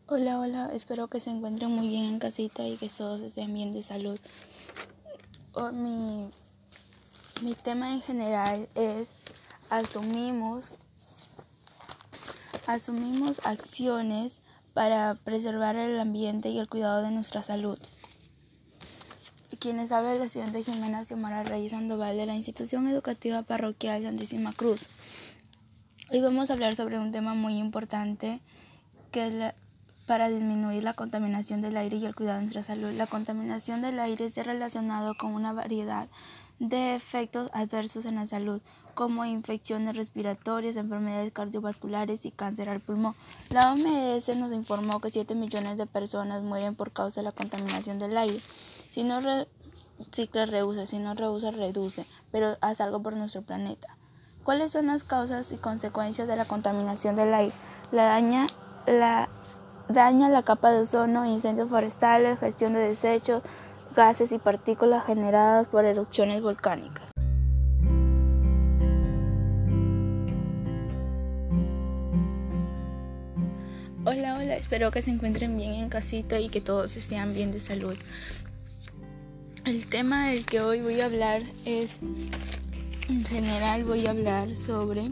Hola, espero que se encuentren muy bien en casita y que todos estén bien de salud. Mi tema en general es asumimos acciones para preservar el ambiente y el cuidado de nuestra salud. Quienes habla es la estudiante Jimena Xiomara Reyes Sandoval de la Institución Educativa Parroquial Santísima Cruz. Hoy vamos a hablar sobre un tema muy importante que es para disminuir la contaminación del aire y el cuidado de nuestra salud. La contaminación del aire está relacionada con una variedad de efectos adversos en la salud, como infecciones respiratorias, enfermedades cardiovasculares y cáncer al pulmón. La OMS nos informó que 7 millones de personas mueren por causa de la contaminación del aire. Si no recicla, reduce, si no reduce, reduce, pero haz algo por nuestro planeta. ¿Cuáles son las causas y consecuencias de la contaminación del aire? Daña la capa de ozono, incendios forestales, gestión de desechos, gases y partículas generadas por erupciones volcánicas. Hola, espero que se encuentren bien en casita y que todos estén bien de salud. El tema del que hoy voy a hablar sobre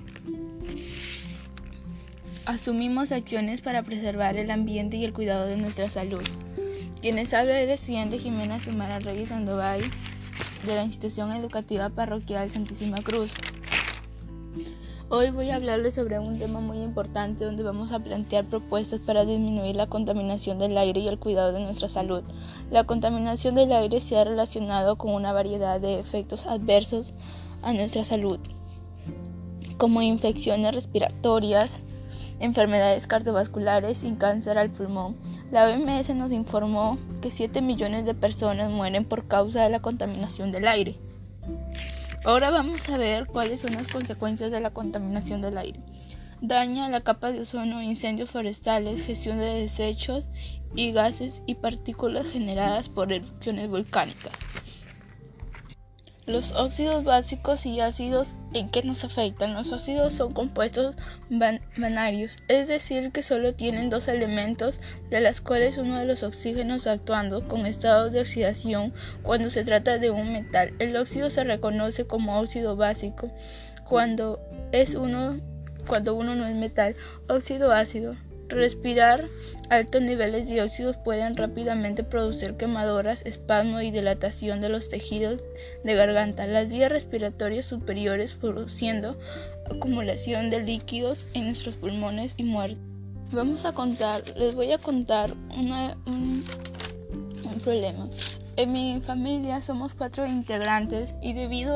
asumimos acciones para preservar el ambiente y el cuidado de nuestra salud. Quienes habla es la estudiante Jimena Xiomara Reyes Sandoval de la Institución Educativa Parroquial Santísima Cruz. Hoy voy a hablarles sobre un tema muy importante donde vamos a plantear propuestas para disminuir la contaminación del aire y el cuidado de nuestra salud. La contaminación del aire se ha relacionado con una variedad de efectos adversos a nuestra salud, como infecciones respiratorias, enfermedades cardiovasculares y cáncer al pulmón. La OMS nos informó que 7 millones de personas mueren por causa de la contaminación del aire. Ahora vamos a ver cuáles son las consecuencias de la contaminación del aire. Daña la capa de ozono, incendios forestales, gestión de desechos y gases y partículas generadas por erupciones volcánicas. Los óxidos básicos y ácidos, ¿en qué nos afectan? Los óxidos son compuestos binarios, es decir, que solo tienen dos elementos, de los cuales uno de los oxígenos actuando con estados de oxidación cuando se trata de un metal. El óxido se reconoce como óxido básico cuando uno no es metal. Óxido ácido. Respirar altos niveles de óxidos pueden rápidamente producir quemaduras, espasmo y dilatación de los tejidos de garganta, las vías respiratorias superiores, produciendo acumulación de líquidos en nuestros pulmones y muerte. Les voy a contar un problema. En mi familia somos 4 integrantes y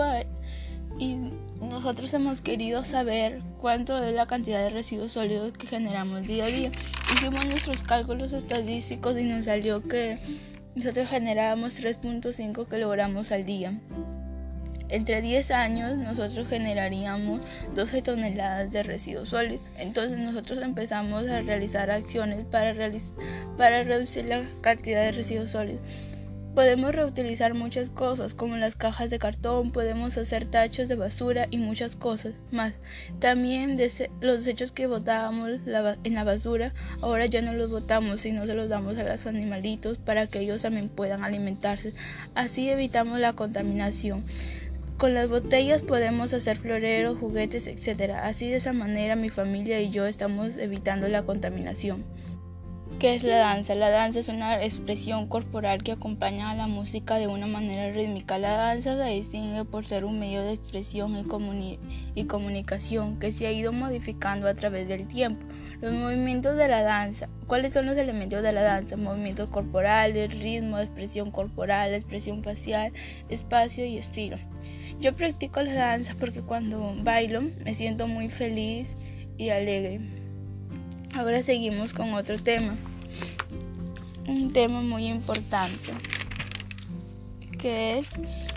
nosotros hemos querido saber cuánto es la cantidad de residuos sólidos que generamos día a día. Hicimos nuestros cálculos estadísticos y nos salió que nosotros generábamos 3.5 kilogramos al día. Entre 10 años nosotros generaríamos 12 toneladas de residuos sólidos. Entonces nosotros empezamos a realizar acciones para reducir la cantidad de residuos sólidos. Podemos reutilizar muchas cosas, como las cajas de cartón, podemos hacer tachos de basura y muchas cosas más. También los desechos que botábamos en la basura, ahora ya no los botamos, sino se los damos a los animalitos para que ellos también puedan alimentarse. Así evitamos la contaminación. Con las botellas podemos hacer floreros, juguetes, etc. Así de esa manera mi familia y yo estamos evitando la contaminación. ¿Qué es la danza? La danza es una expresión corporal que acompaña a la música de una manera rítmica. La danza se distingue por ser un medio de expresión y comunicación que se ha ido modificando a través del tiempo. Los movimientos de la danza. ¿Cuáles son los elementos de la danza? Movimientos corporales, ritmo, expresión corporal, expresión facial, espacio y estilo. Yo practico la danza porque cuando bailo me siento muy feliz y alegre. Ahora seguimos con otro tema. Un tema muy importante, que es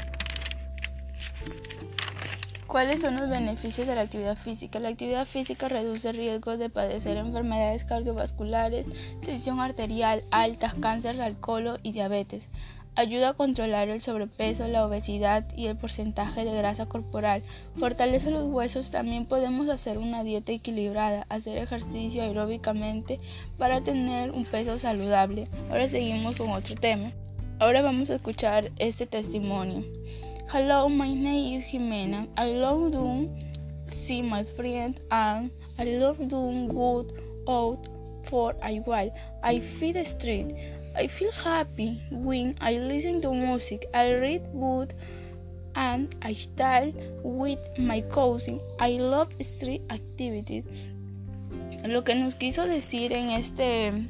¿cuáles son los beneficios de la actividad física? La actividad física reduce riesgos de padecer enfermedades cardiovasculares, tensión arterial alta, cáncer al colon y diabetes. Ayuda a controlar el sobrepeso, la obesidad y el porcentaje de grasa corporal. Fortalece los huesos. También podemos hacer una dieta equilibrada, hacer ejercicio aeróbicamente para tener un peso saludable. Ahora seguimos con otro tema. Ahora vamos a escuchar este testimonio. Hello, my name is Jimena. I love doing see my friend and I love doing good out for a while. I feel the street. I feel happy when I listen to music. I read books and I stay with my cousin. I love street activities. Lo que nos quiso decir en este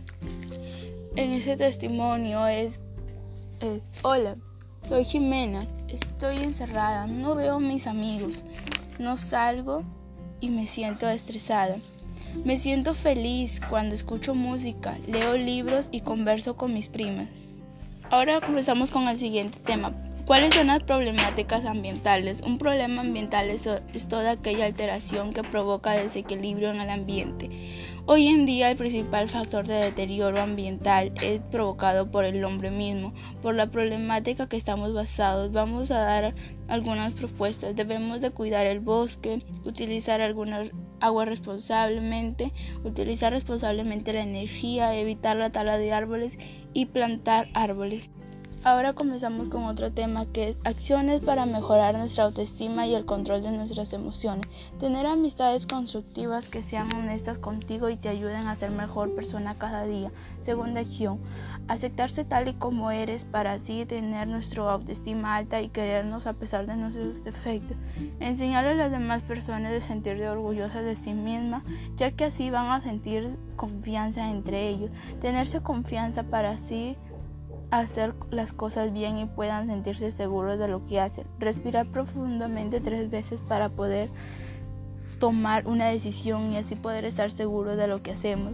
testimonio es hola, soy Jimena. Estoy encerrada, no veo a mis amigos, no salgo y me siento estresada. Me siento feliz cuando escucho música, leo libros y converso con mis primas. Ahora comenzamos con el siguiente tema. ¿Cuáles son las problemáticas ambientales? Un problema ambiental es toda aquella alteración que provoca desequilibrio en el ambiente. Hoy en día el principal factor de deterioro ambiental es provocado por el hombre mismo. Por la problemática que estamos basados, vamos a dar algunas propuestas. Debemos de cuidar el bosque, utilizar alguna agua responsablemente, utilizar responsablemente la energía, evitar la tala de árboles y plantar árboles. Ahora comenzamos con otro tema que es acciones para mejorar nuestra autoestima y el control de nuestras emociones. Tener amistades constructivas que sean honestas contigo y te ayuden a ser mejor persona cada día. Segunda acción, aceptarse tal y como eres para así tener nuestra autoestima alta y querernos a pesar de nuestros defectos. Enseñarle a las demás personas a sentirse orgullosas de sí mismas, ya que así van a sentir confianza entre ellos. Tenerse confianza para así hacer las cosas bien y puedan sentirse seguros de lo que hacen. Respirar profundamente 3 veces para poder tomar una decisión y así poder estar seguros de lo que hacemos.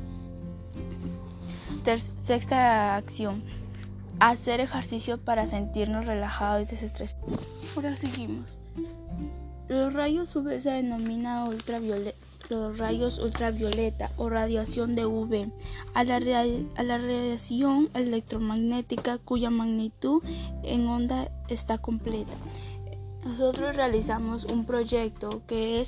Sexta acción, hacer ejercicio para sentirnos relajados y desestresados. Ahora seguimos. Los rayos UV se denomina los rayos ultravioleta o radiación de UV, a la radiación electromagnética cuya magnitud en onda está completa. Nosotros realizamos un proyecto que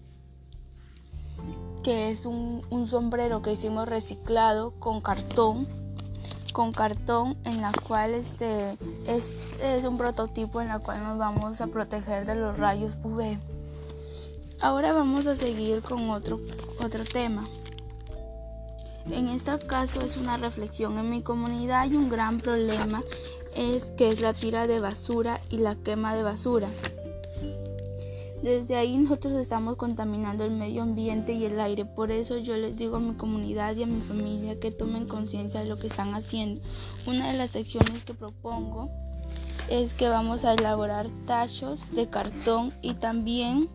es un sombrero que hicimos reciclado con cartón en la cual es un prototipo en la cual nos vamos a proteger de los rayos UV. Ahora vamos a seguir con otro tema. En este caso es una reflexión. En mi comunidad hay un gran problema que es la tira de basura y la quema de basura. Desde ahí nosotros estamos contaminando el medio ambiente y el aire. Por eso yo les digo a mi comunidad y a mi familia que tomen conciencia de lo que están haciendo. Una de las acciones que propongo es que vamos a elaborar tachos de cartón y también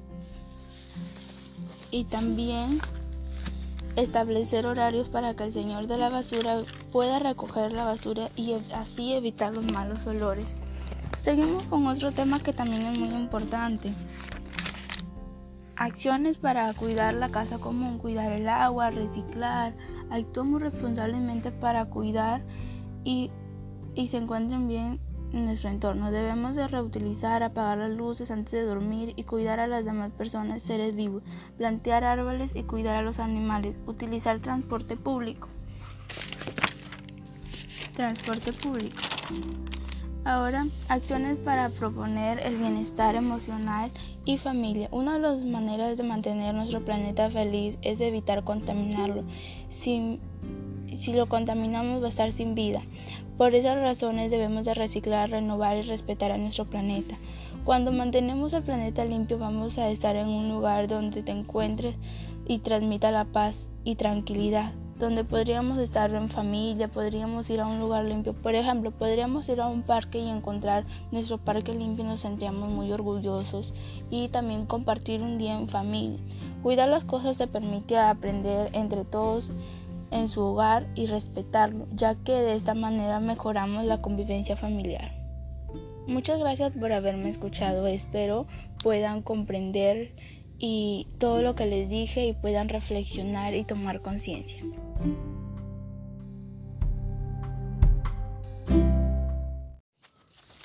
establecer horarios para que el señor de la basura pueda recoger la basura y así evitar los malos olores. Seguimos con otro tema que también es muy importante. Acciones para cuidar la casa común, cuidar el agua, reciclar. Actuamos responsablemente para cuidar y se encuentren bien en nuestro entorno. Debemos de reutilizar, apagar las luces antes de dormir y cuidar a las demás personas, seres vivos, plantar árboles y cuidar a los animales, utilizar transporte público. Ahora, acciones para proponer el bienestar emocional y familia. Una de las maneras de mantener nuestro planeta feliz es evitar contaminarlo. Si lo contaminamos va a estar sin vida. Por esas razones debemos de reciclar, renovar y respetar a nuestro planeta. Cuando mantenemos el planeta limpio vamos a estar en un lugar donde te encuentres y transmita la paz y tranquilidad, donde podríamos estar en familia, podríamos ir a un lugar limpio. Por ejemplo, podríamos ir a un parque y encontrar nuestro parque limpio y nos sentiríamos muy orgullosos. Y también compartir un día en familia. Cuidar las cosas te permite aprender entre todos en su hogar y respetarlo, ya que de esta manera mejoramos la convivencia familiar. Muchas gracias por haberme escuchado. Espero puedan comprender y todo lo que les dije y puedan reflexionar y tomar conciencia.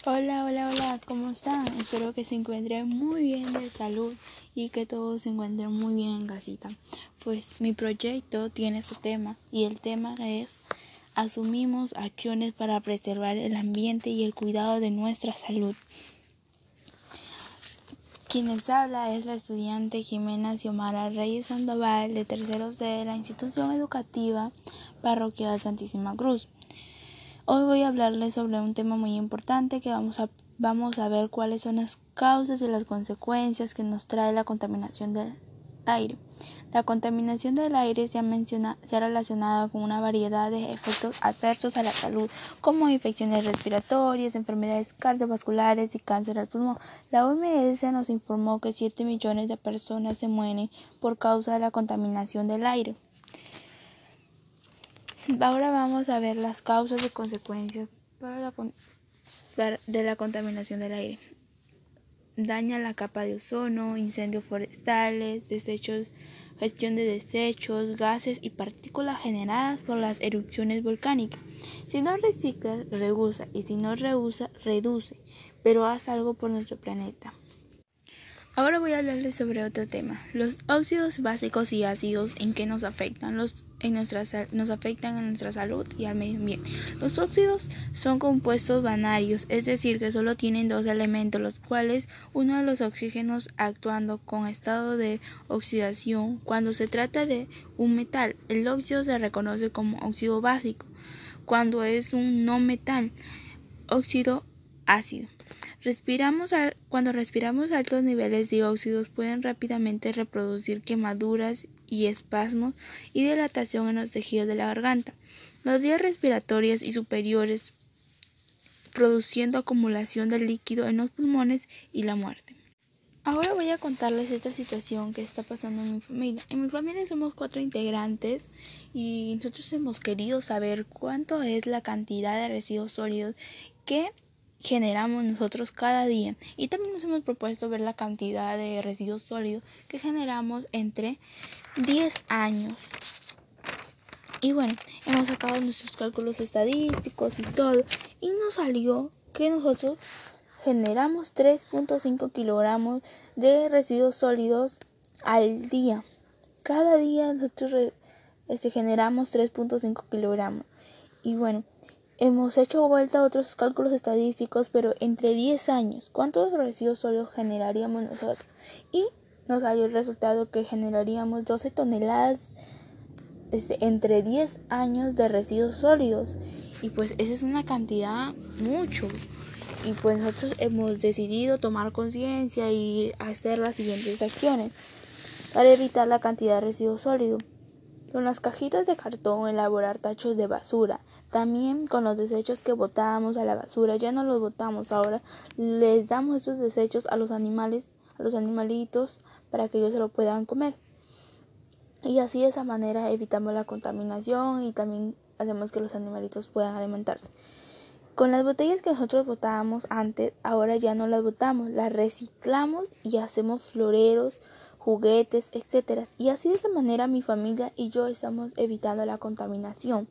Hola, ¿cómo están? Espero que se encuentren muy bien de salud y que todos se encuentren muy bien en casita. Pues mi proyecto tiene su tema y el tema es: asumimos acciones para preservar el ambiente y el cuidado de nuestra salud. Quien les habla es la estudiante Jimena Xiomara Reyes Sandoval de tercero C de la Institución Educativa Parroquial Santísima Cruz. Hoy voy a hablarles sobre un tema muy importante que vamos a ver cuáles son las causas y las consecuencias que nos trae la contaminación del aire. La contaminación del aire se ha relacionado con una variedad de efectos adversos a la salud, como infecciones respiratorias, enfermedades cardiovasculares y cáncer al pulmón. La OMS nos informó que 7 millones de personas se mueren por causa de la contaminación del aire. Ahora vamos a ver las causas y consecuencias de la contaminación del aire. Daña la capa de ozono, incendios forestales, gestión de desechos, gases y partículas generadas por las erupciones volcánicas. Si no recicla, reusa, y si no reusa, reduce, pero haz algo por nuestro planeta. Ahora voy a hablarles sobre otro tema: los óxidos básicos y ácidos. ¿En qué nos afectan? Nos afectan a nuestra salud y al medio ambiente. Los óxidos son compuestos binarios, es decir, que solo tienen 2 elementos, los cuales uno de los oxígenos actuando con estado de oxidación. Cuando se trata de un metal, el óxido se reconoce como óxido básico. Cuando es un no metal, óxido ácido. Cuando respiramos altos niveles de óxidos, pueden rápidamente reproducir quemaduras y espasmos y dilatación en los tejidos de la garganta, las vías respiratorias y superiores, produciendo acumulación de líquido en los pulmones y la muerte. Ahora voy a contarles esta situación que está pasando en mi familia. En mi familia somos 4 integrantes y nosotros hemos querido saber cuánto es la cantidad de residuos sólidos que generamos nosotros cada día, y también nos hemos propuesto ver la cantidad de residuos sólidos que generamos entre 10 años. Y bueno, hemos sacado nuestros cálculos estadísticos y todo, y nos salió que nosotros generamos 3.5 kilogramos de residuos sólidos al día. Cada día nosotros generamos 3.5 kilogramos. Y bueno, hemos hecho vuelta a otros cálculos estadísticos, pero entre 10 años, ¿cuántos residuos sólidos generaríamos nosotros? Y nos salió el resultado que generaríamos 12 toneladas entre 10 años de residuos sólidos. Y pues esa es una cantidad mucho. Y pues nosotros hemos decidido tomar conciencia y hacer las siguientes acciones para evitar la cantidad de residuos sólidos. Con las cajitas de cartón, elaborar tachos de basura. También con los desechos que botábamos a la basura, ya no los botamos, ahora les damos esos desechos a los animalitos, para que ellos se lo puedan comer. Y así, de esa manera, evitamos la contaminación y también hacemos que los animalitos puedan alimentarse. Con las botellas que nosotros botábamos antes, ahora ya no las botamos, las reciclamos y hacemos floreros, juguetes, etc. Y así, de esa manera, mi familia y yo estamos evitando la contaminación.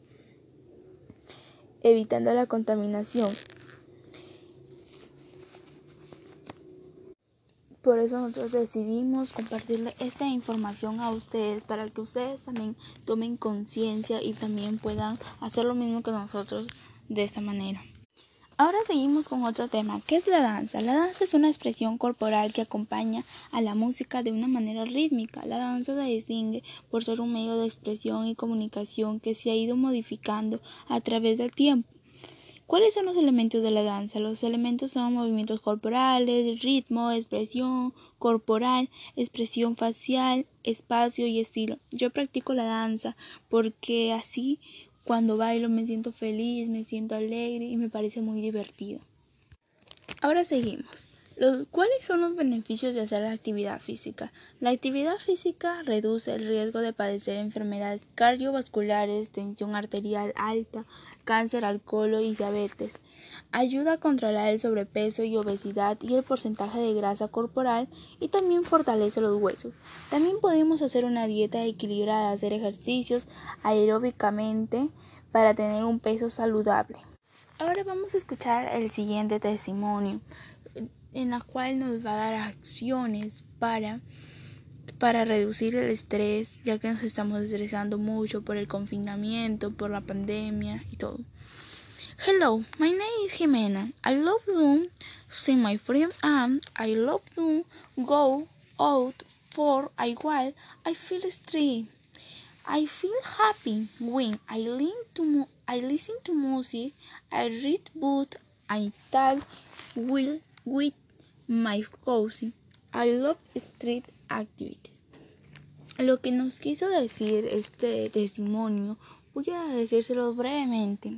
Por eso nosotros decidimos compartirle esta información a ustedes, para que ustedes también tomen conciencia y también puedan hacer lo mismo que nosotros de esta manera. Ahora seguimos con otro tema. ¿Qué es la danza? La danza es una expresión corporal que acompaña a la música de una manera rítmica. La danza se distingue por ser un medio de expresión y comunicación que se ha ido modificando a través del tiempo. ¿Cuáles son los elementos de la danza? Los elementos son movimientos corporales, ritmo, expresión corporal, expresión facial, espacio y estilo. Yo practico la danza porque así, cuando bailo, me siento feliz, me siento alegre y me parece muy divertido. Ahora seguimos. ¿Cuáles son los beneficios de hacer la actividad física? La actividad física reduce el riesgo de padecer enfermedades cardiovasculares, tensión arterial alta, cáncer al colon y diabetes. Ayuda a controlar el sobrepeso y obesidad y el porcentaje de grasa corporal, y también fortalece los huesos. También podemos hacer una dieta equilibrada, hacer ejercicios aeróbicamente para tener un peso saludable. Ahora vamos a escuchar el siguiente testimonio, en la cual nos va a dar acciones para reducir el estrés, ya que nos estamos estresando mucho por el confinamiento, por la pandemia y todo. Hello, my name is Jimena. I love to see my friend and I love to go out for a while. I feel stressed. I feel happy when I listen to music, I read books, I talk with my cousin. I love street activities. Lo que nos quiso decir este testimonio, voy a decírselo brevemente.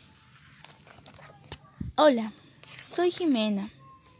Hola, soy Jimena.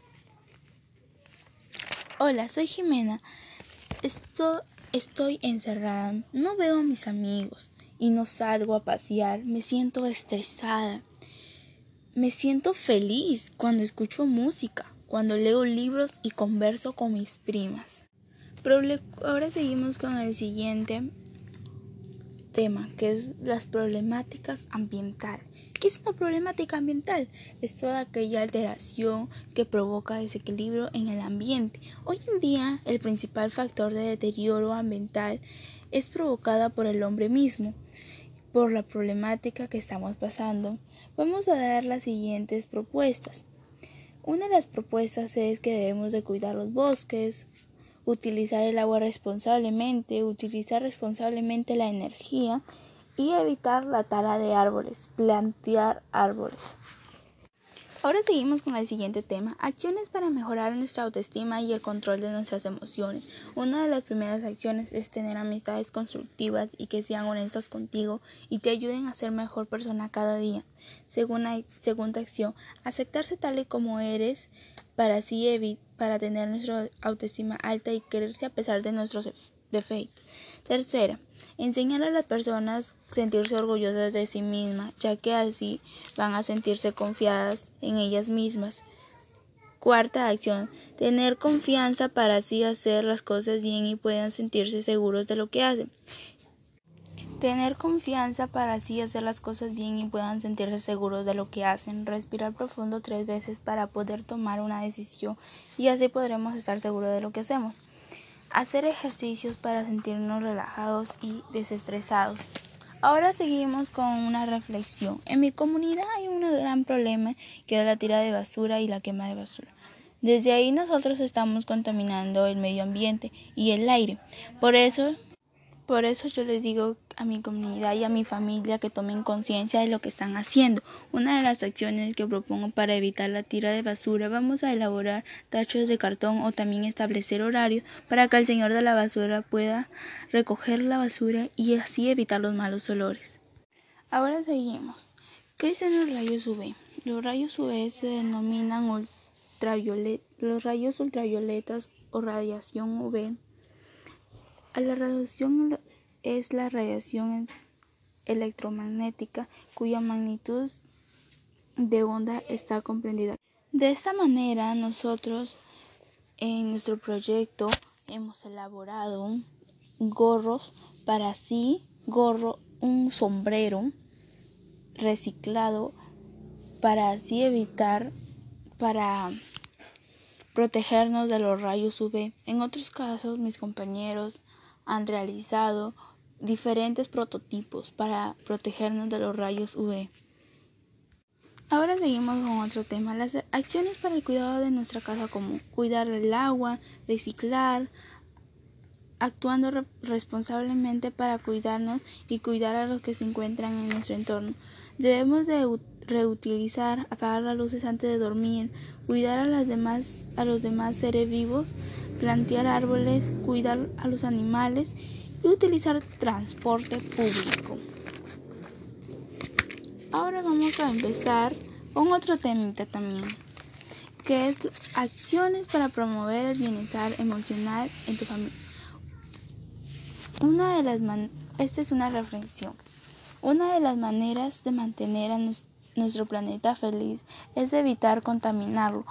Estoy encerrada, no veo a mis amigos y no salgo a pasear. Me siento estresada. Me siento feliz cuando escucho música, cuando leo libros y converso con mis primas. Ahora seguimos con el siguiente tema, que es las problemáticas ambientales. ¿Qué es una problemática ambiental? Es toda aquella alteración que provoca desequilibrio en el ambiente. Hoy en día, el principal factor de deterioro ambiental es provocada por el hombre mismo. Por la problemática que estamos pasando, vamos a dar las siguientes propuestas. Una de las propuestas es que debemos de cuidar los bosques, utilizar el agua responsablemente, utilizar responsablemente la energía y evitar la tala de árboles, plantear árboles. Ahora seguimos con el siguiente tema, acciones para mejorar nuestra autoestima y el control de nuestras emociones. Una de las primeras acciones es tener amistades constructivas y que sean honestas contigo y te ayuden a ser mejor persona cada día. Segunda acción, aceptarse tal y como eres para tener nuestra autoestima alta y quererse a pesar de nuestros defectos. Tercera, enseñar a las personas a sentirse orgullosas de sí mismas, ya que así van a sentirse confiadas en ellas mismas. Cuarta acción, tener confianza para así hacer las cosas bien y puedan sentirse seguros de lo que hacen. Respirar profundo 3 veces para poder tomar una decisión y así podremos estar seguros de lo que hacemos. Hacer ejercicios para sentirnos relajados y desestresados. Ahora seguimos con una reflexión. En mi comunidad hay un gran problema que es la tira de basura y la quema de basura. Desde ahí nosotros estamos contaminando el medio ambiente y el aire. Por eso yo les digo a mi comunidad y a mi familia que tomen conciencia de lo que están haciendo. Una de las acciones que propongo para evitar la tira de basura, vamos a elaborar tachos de cartón o también establecer horarios para que el señor de la basura pueda recoger la basura y así evitar los malos olores. Ahora seguimos. ¿Qué son los rayos UV? Los rayos UV se denominan los rayos ultravioletas o radiación UV. La radiación es la radiación electromagnética cuya magnitud de onda está comprendida. De esta manera, nosotros en nuestro proyecto hemos elaborado gorros un sombrero reciclado para protegernos de los rayos UV. En otros casos, mis compañeros han realizado diferentes prototipos para protegernos de los rayos UV. Ahora seguimos con otro tema, las acciones para el cuidado de nuestra casa común. Cuidar el agua, reciclar, actuando responsablemente para cuidarnos y cuidar a los que se encuentran en nuestro entorno. Debemos de reutilizar, apagar las luces antes de dormir, cuidar a los demás seres vivos, plantear árboles, cuidar a los animales y utilizar transporte público. Ahora vamos a empezar con otro temita también, que es acciones para promover el bienestar emocional en tu familia. Esta es una reflexión. Una de las maneras de mantener a nuestro planeta feliz es evitar contaminarlo,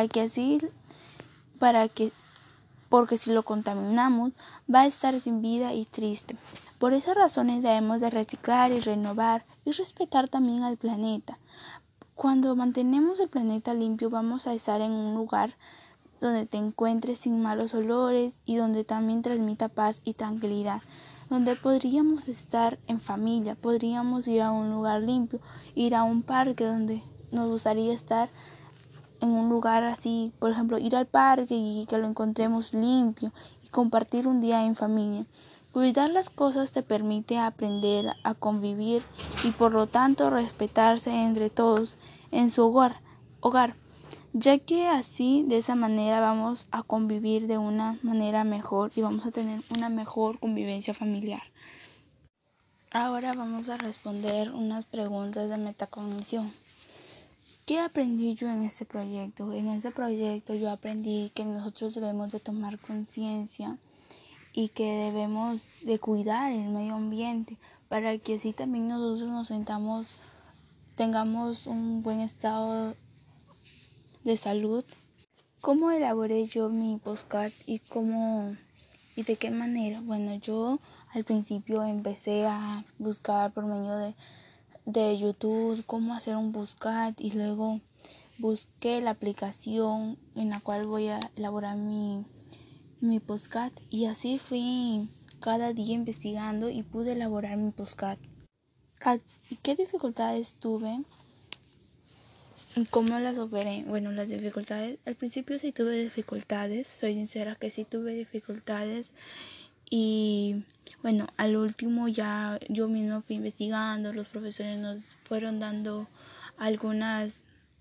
porque si lo contaminamos va a estar sin vida y triste. Por esas razones debemos de reciclar y renovar y respetar también al planeta. Cuando mantenemos el planeta limpio, vamos a estar en un lugar donde te encuentres sin malos olores y donde también transmita paz y tranquilidad, donde podríamos estar en familia, podríamos ir a un lugar limpio, ir a un parque donde nos gustaría estar en un lugar así, por ejemplo, ir al parque y que lo encontremos limpio y compartir un día en familia. Cuidar las cosas te permite aprender a convivir y por lo tanto respetarse entre todos en su hogar, ya que así de esa manera vamos a convivir de una manera mejor y vamos a tener una mejor convivencia familiar. Ahora vamos a responder unas preguntas de metacognición. ¿Qué aprendí yo en este proyecto? En este proyecto yo aprendí que nosotros debemos de tomar conciencia y que debemos de cuidar el medio ambiente para que así también nosotros tengamos un buen estado de salud. ¿Cómo elaboré yo mi podcast y de qué manera? Bueno, yo al principio empecé a buscar por medio de YouTube cómo hacer un podcast y luego busqué la aplicación en la cual voy a elaborar mi podcast y así fui cada día investigando y pude elaborar mi podcast. ¿Qué dificultades tuve? ¿Cómo las superé? Bueno, las dificultades, al principio sí tuve dificultades, soy sincera que sí tuve dificultades y bueno, al último ya yo mismo fui investigando, los profesores nos fueron dando algunas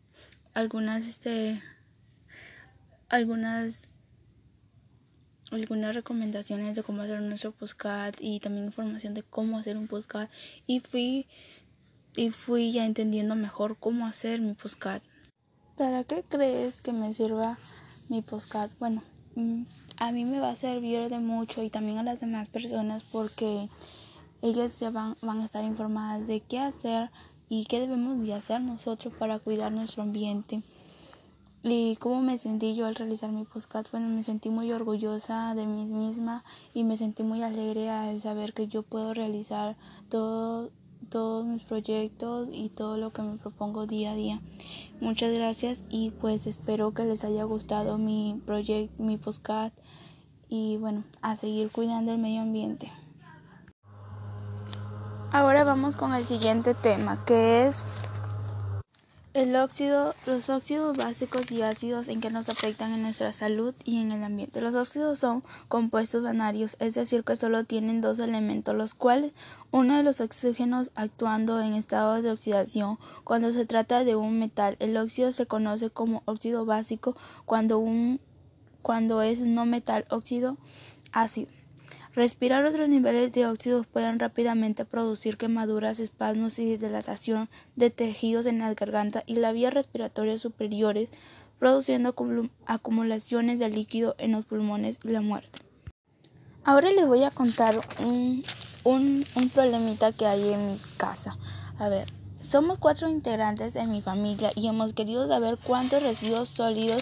recomendaciones de cómo hacer nuestro podcast y también información de cómo hacer un podcast y fui ya entendiendo mejor cómo hacer mi podcast. ¿Para qué crees que me sirva mi podcast? Bueno, a mí me va a servir de mucho y también a las demás personas porque ellas ya van a estar informadas de qué hacer y qué debemos de hacer nosotros para cuidar nuestro ambiente. ¿Y cómo me sentí yo al realizar mi podcast? Bueno, me sentí muy orgullosa de mí misma y me sentí muy alegre al saber que yo puedo realizar todos mis proyectos y todo lo que me propongo día a día. Muchas gracias y pues espero que les haya gustado mi podcast y bueno, a seguir cuidando el medio ambiente. Ahora vamos con el siguiente tema, que es los óxidos básicos y ácidos en que nos afectan en nuestra salud y en el ambiente. Los óxidos son compuestos binarios, es decir, que solo tienen dos elementos, los cuales uno de los oxígenos actuando en estado de oxidación. Cuando se trata de un metal, el óxido se conoce como óxido básico cuando es no metal, óxido ácido. Respirar otros niveles de óxidos pueden rápidamente producir quemaduras, espasmos y dilatación de tejidos en la garganta y la vía respiratoria superiores, produciendo acumulaciones de líquido en los pulmones y la muerte. Ahora les voy a contar un problemita que hay en mi casa. A ver, somos 4 integrantes en mi familia y hemos querido saber cuántos residuos sólidos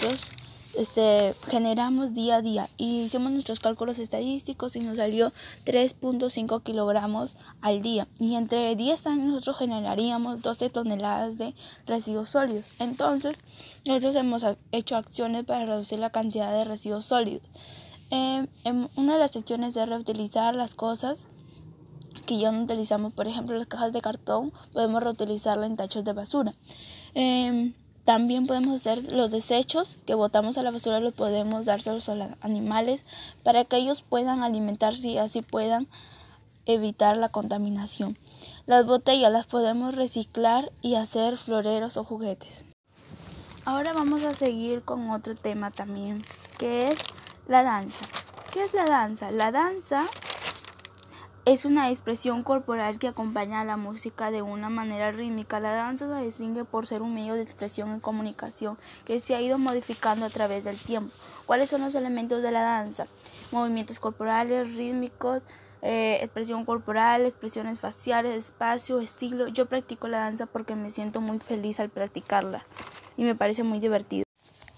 generamos día a día y hicimos nuestros cálculos estadísticos y nos salió 3.5 kilogramos al día y entre 10 años nosotros generaríamos 12 toneladas de residuos sólidos. Entonces nosotros hemos hecho acciones para reducir la cantidad de residuos sólidos. Una de las acciones es reutilizar las cosas que ya no utilizamos, por ejemplo las cajas de cartón podemos reutilizarlas en tachos de basura. También podemos hacer los desechos que botamos a la basura, los podemos dárselos a los animales para que ellos puedan alimentarse y así puedan evitar la contaminación. Las botellas las podemos reciclar y hacer floreros o juguetes. Ahora vamos a seguir con otro tema también, que es la danza. ¿Qué es la danza? La danza es una expresión corporal que acompaña a la música de una manera rítmica. La danza se distingue por ser un medio de expresión y comunicación que se ha ido modificando a través del tiempo. ¿Cuáles son los elementos de la danza? Movimientos corporales, rítmicos, expresión corporal, expresiones faciales, espacio, estilo. Yo practico la danza porque me siento muy feliz al practicarla y me parece muy divertido.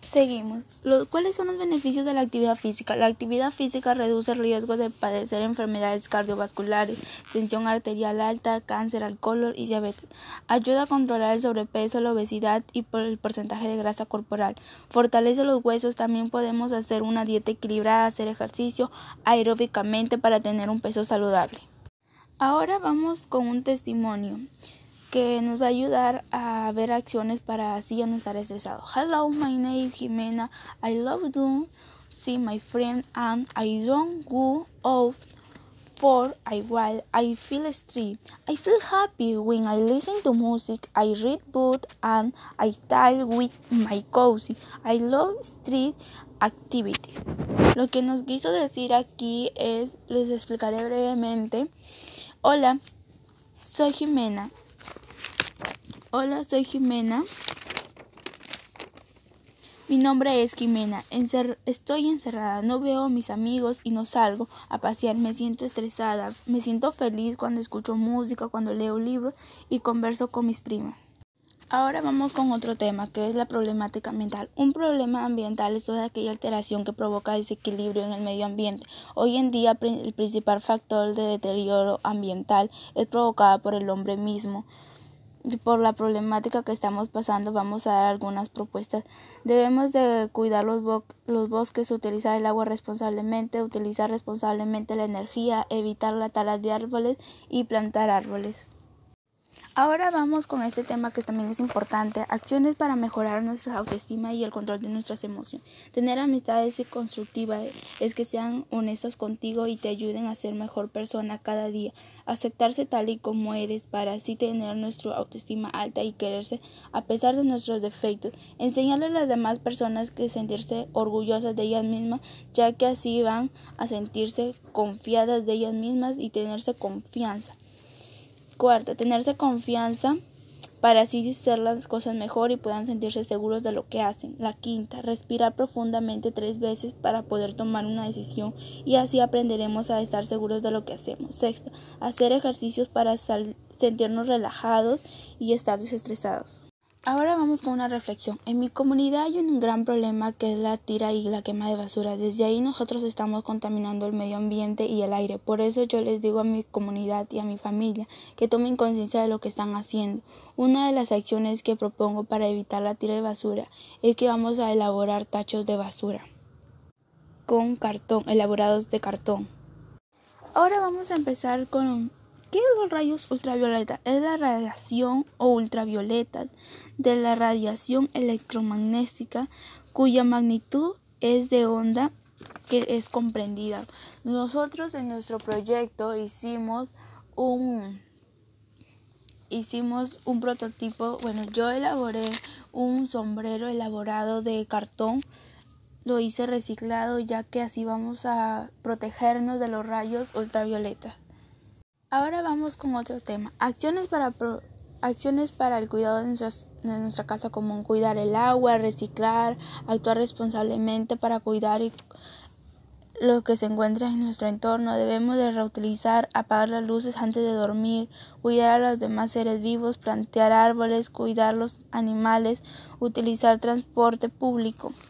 Seguimos. ¿Cuáles son los beneficios de la actividad física? La actividad física reduce el riesgo de padecer enfermedades cardiovasculares, tensión arterial alta, cáncer, alcohol y diabetes. Ayuda a controlar el sobrepeso, la obesidad y el porcentaje de grasa corporal. Fortalece los huesos. También podemos hacer una dieta equilibrada, hacer ejercicio aeróbicamente para tener un peso saludable. Ahora vamos con un testimonio que nos va a ayudar a ver acciones para así ya no estar estresado. Hello, my name is Jimena. I love to see my friend and I don't go out for a while. I feel stressed. I feel happy when I listen to music. I read books and I talk with my cousin. I love street activities. Lo que nos quiso decir aquí es, les explicaré brevemente. Hola, soy Jimena. Mi nombre es Jimena. Estoy encerrada, no veo a mis amigos y no salgo a pasear. Me siento estresada. Me siento feliz cuando escucho música, cuando leo libros y converso con mis primas. Ahora vamos con otro tema, que es la problemática ambiental. Un problema ambiental es toda aquella alteración que provoca desequilibrio en el medio ambiente. Hoy en día, el principal factor de deterioro ambiental es provocada por el hombre mismo. Por la problemática que estamos pasando, vamos a dar algunas propuestas. Debemos de cuidar los bosques, utilizar el agua responsablemente, utilizar responsablemente la energía, evitar la tala de árboles y plantar árboles. Ahora vamos con este tema que también es importante, acciones para mejorar nuestra autoestima y el control de nuestras emociones. Tener amistades constructivas es que sean honestas contigo y te ayuden a ser mejor persona cada día. Aceptarse tal y como eres para así tener nuestra autoestima alta y quererse a pesar de nuestros defectos. Enseñarle a las demás personas que sentirse orgullosas de ellas mismas, ya que así van a sentirse confiadas de ellas mismas y tenerse confianza. Cuarta, tenerse confianza para así hacer las cosas mejor y puedan sentirse seguros de lo que hacen. La quinta, respirar profundamente 3 veces para poder tomar una decisión y así aprenderemos a estar seguros de lo que hacemos. Sexta, hacer ejercicios para sentirnos relajados y estar desestresados. Ahora vamos con una reflexión. En mi comunidad hay un gran problema que es la tira y la quema de basura. Desde ahí nosotros estamos contaminando el medio ambiente y el aire. Por eso yo les digo a mi comunidad y a mi familia que tomen conciencia de lo que están haciendo. Una de las acciones que propongo para evitar la tira de basura es que vamos a elaborar tachos de basura con cartón, elaborados de cartón. Ahora vamos a empezar con ¿qué son los rayos ultravioleta? Es la radiación o ultravioleta de la radiación electromagnética cuya magnitud es de onda que es comprendida. Nosotros en nuestro proyecto hicimos un prototipo. Yo elaboré un sombrero elaborado de cartón. Lo hice reciclado ya que así vamos a protegernos de los rayos ultravioleta. Ahora vamos con otro tema, acciones para el cuidado de nuestra casa común, cuidar el agua, reciclar, actuar responsablemente para cuidar lo que se encuentra en nuestro entorno. Debemos de reutilizar, apagar las luces antes de dormir, cuidar a los demás seres vivos, plantar árboles, cuidar los animales, utilizar transporte público.